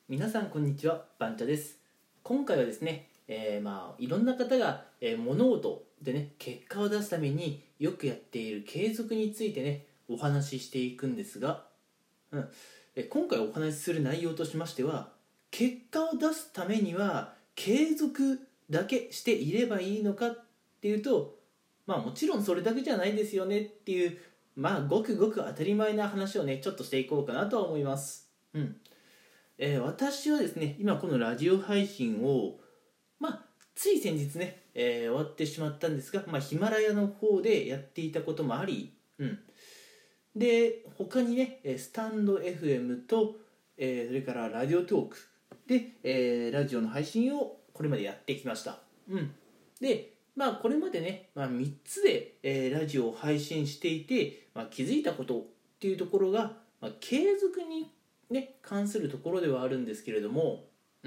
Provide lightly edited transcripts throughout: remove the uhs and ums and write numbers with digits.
皆さんこんにちは、バンチャです。今回はですね、いろんな方が、物事でね結果を出すためによくやっている継続についてねお話ししていくんですが、今回お話しする内容としましては、結果を出すためには継続だけしていればいいのかっていうと、もちろんそれだけじゃないですよねっていう、ごくごく当たり前な話をねちょっとしていこうかなとは思います。私はですね、今このラジオ配信を、つい先日ね、終わってしまったんですが、ヒマラヤの方でやっていたこともあり、で他にねスタンド FM と、それからラジオトークで、ラジオの配信をこれまでやってきました。でこれまでね、3つで、ラジオを配信していて、気づいたことっていうところが、継続に関するところではあるんですけれども、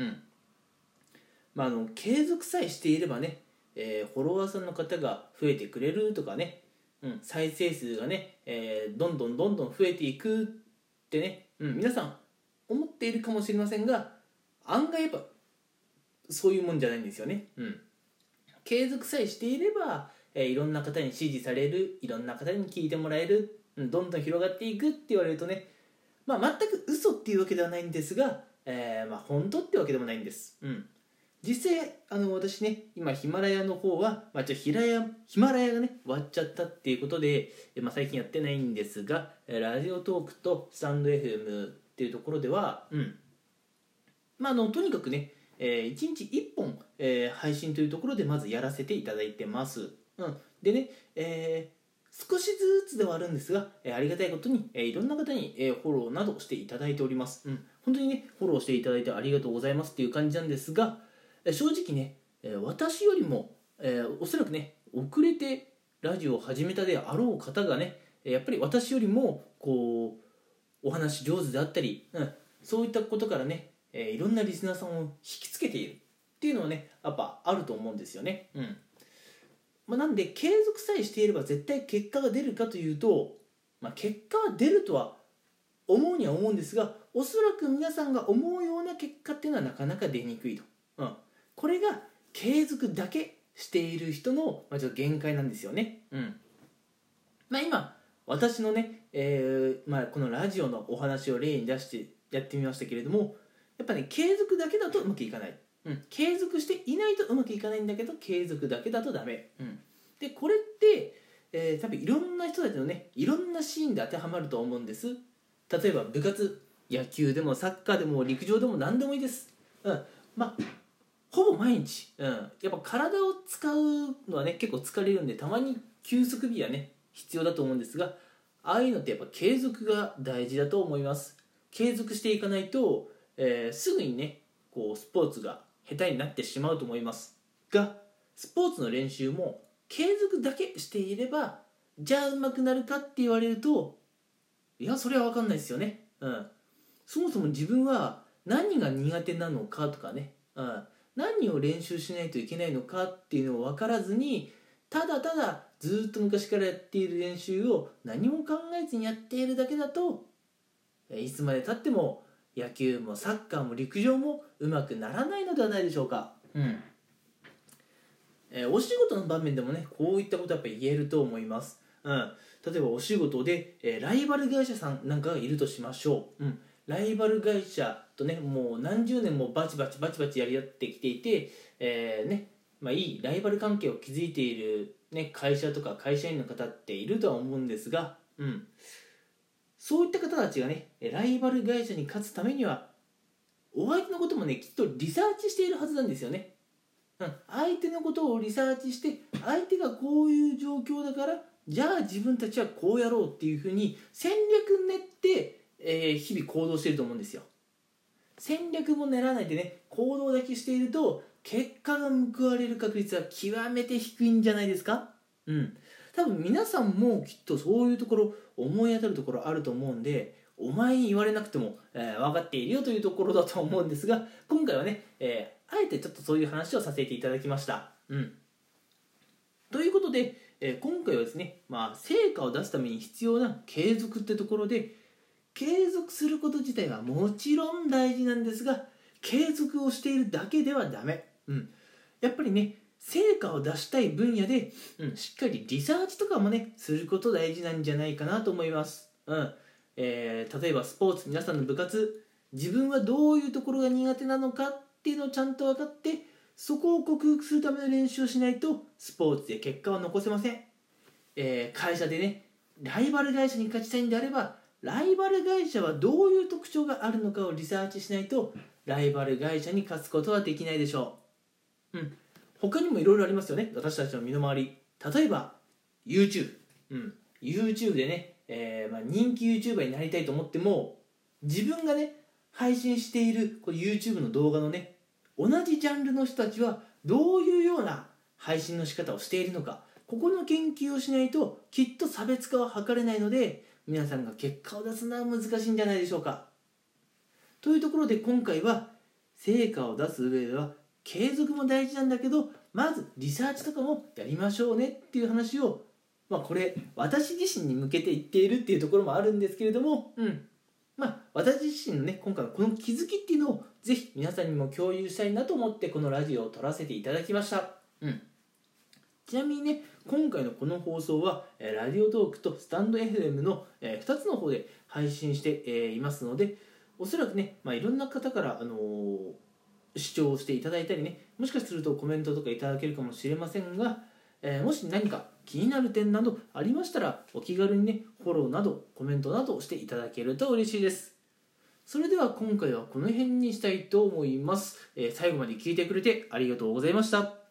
継続さえしていればね、フォロワーさんの方が増えてくれるとかね、再生数がね、どんどん増えていくってね、皆さん思っているかもしれませんが、案外やっぱそういうもんじゃないんですよね。継続さえしていれば、いろんな方に支持される、いろんな方に聞いてもらえる、どんどん広がっていくって言われるとね、全く嘘っていうわけではないんですが、本当ってわけでもないんです。実際私ね今ヒマラヤの方は、ヒマラヤがね終わっちゃったっていうことで、最近やってないんですが、ラジオトークとスタンド FM っていうところでは、とにかくね、1日1本、配信というところでまずやらせていただいてます。でね、少しずつではあるんですが、ありがたいことに、いろんな方に、フォローなどしていただいております。本当にねフォローしていただいてありがとうございますっていう感じなんですが、正直ね、私よりも、おそらくね遅れてラジオを始めたであろう方がねやっぱり私よりもこうお話上手であったり、そういったことからね、いろんなリスナーさんを引きつけているっていうのはねやっぱあると思うんですよね。なんで継続さえしていれば絶対結果が出るかというと、結果は出るとは思うには思うんですが、おそらく皆さんが思うような結果っていうのはなかなか出にくいと。これが継続だけしている人の、ちょっと限界なんですよね。今私のね、このラジオのお話を例に出してやってみましたけれども、やっぱね継続だけだとうまくいかない。継続していないとうまくいかないんだけど、継続だけだとダメ。でこれって、多分いろんな人たちのねいろんなシーンで当てはまると思うんです。例えば部活、野球でもサッカーでも陸上でも何でもいいです。ほぼ毎日、やっぱ体を使うのはね結構疲れるんで、たまに休息日はね必要だと思うんですが、ああいうのってやっぱ継続が大事だと思います。継続していかないと、すぐにねこうスポーツが下手になってしまうと思いますが、スポーツの練習も継続だけしていればじゃあ上手くなるかって言われると、いやそれは分かんないですよね。そもそも自分は何が苦手なのかとかね、何を練習しないといけないのかっていうのを分からずに、ただただずっと昔からやっている練習を何も考えずにやっているだけだと、いつまでたっても野球もサッカーも陸上もうまくならないのではないでしょうか。お仕事の場面でもねこういったことはやっぱり言えると思います。例えばお仕事で、ライバル会社さんなんかがいるとしましょう。ライバル会社とねもう何十年もバチバチやり合ってきていて、いいライバル関係を築いている、会社とか会社員の方っているとは思うんですが、そういった方たちがねライバル会社に勝つためにはお相手のこともねきっとリサーチしているはずなんですよね。相手のことをリサーチして、相手がこういう状況だからじゃあ自分たちはこうやろうっていうふうに戦略練って、日々行動していると思うんですよ。戦略も練らないでね行動だけしていると結果が報われる確率は極めて低いんじゃないですか。多分皆さんもきっとそういうところ思い当たるところあると思うんで、お前に言われなくても、分かっているよというところだと思うんですが、今回はね、あえてちょっとそういう話をさせていただきました。ということで、今回はですね、成果を出すために必要な継続ってところで、継続すること自体はもちろん大事なんですが、 継続をしているだけではダメ、やっぱりね成果を出したい分野で、しっかりリサーチとかもねすること大事なんじゃないかなと思います、例えばスポーツ、皆さんの部活、自分はどういうところが苦手なのかっていうのをちゃんと分かって、そこを克服するための練習をしないとスポーツで結果は残せません。会社でねライバル会社に勝ちたいんであれば、ライバル会社はどういう特徴があるのかをリサーチしないとライバル会社に勝つことはできないでしょう。他にもいろいろありますよね、私たちの身の回り。例えば YouTube、YouTube でね、人気 YouTuber になりたいと思っても、自分がね配信しているこの YouTube の動画のね同じジャンルの人たちはどういうような配信の仕方をしているのか、ここの研究をしないときっと差別化は図れないので、皆さんが結果を出すのは難しいんじゃないでしょうか。というところで今回は、成果を出す上では継続も大事なんだけど、まずリサーチとかもやりましょうねっていう話を、これ私自身に向けて言っているっていうところもあるんですけれども、私自身のね今回のこの気づきっていうのをぜひ皆さんにも共有したいなと思ってこのラジオを撮らせていただきました。ちなみにね、今回のこの放送はラジオトークとスタンド FM の2つの方で配信していますので、おそらくね、いろんな方から視聴していただいたりね、もしかするとコメントとかいただけるかもしれませんが、もし何か気になる点などありましたら、お気軽にねフォローなどコメントなどしていただけると嬉しいです。それでは今回はこの辺にしたいと思います。最後まで聞いてくれてありがとうございました。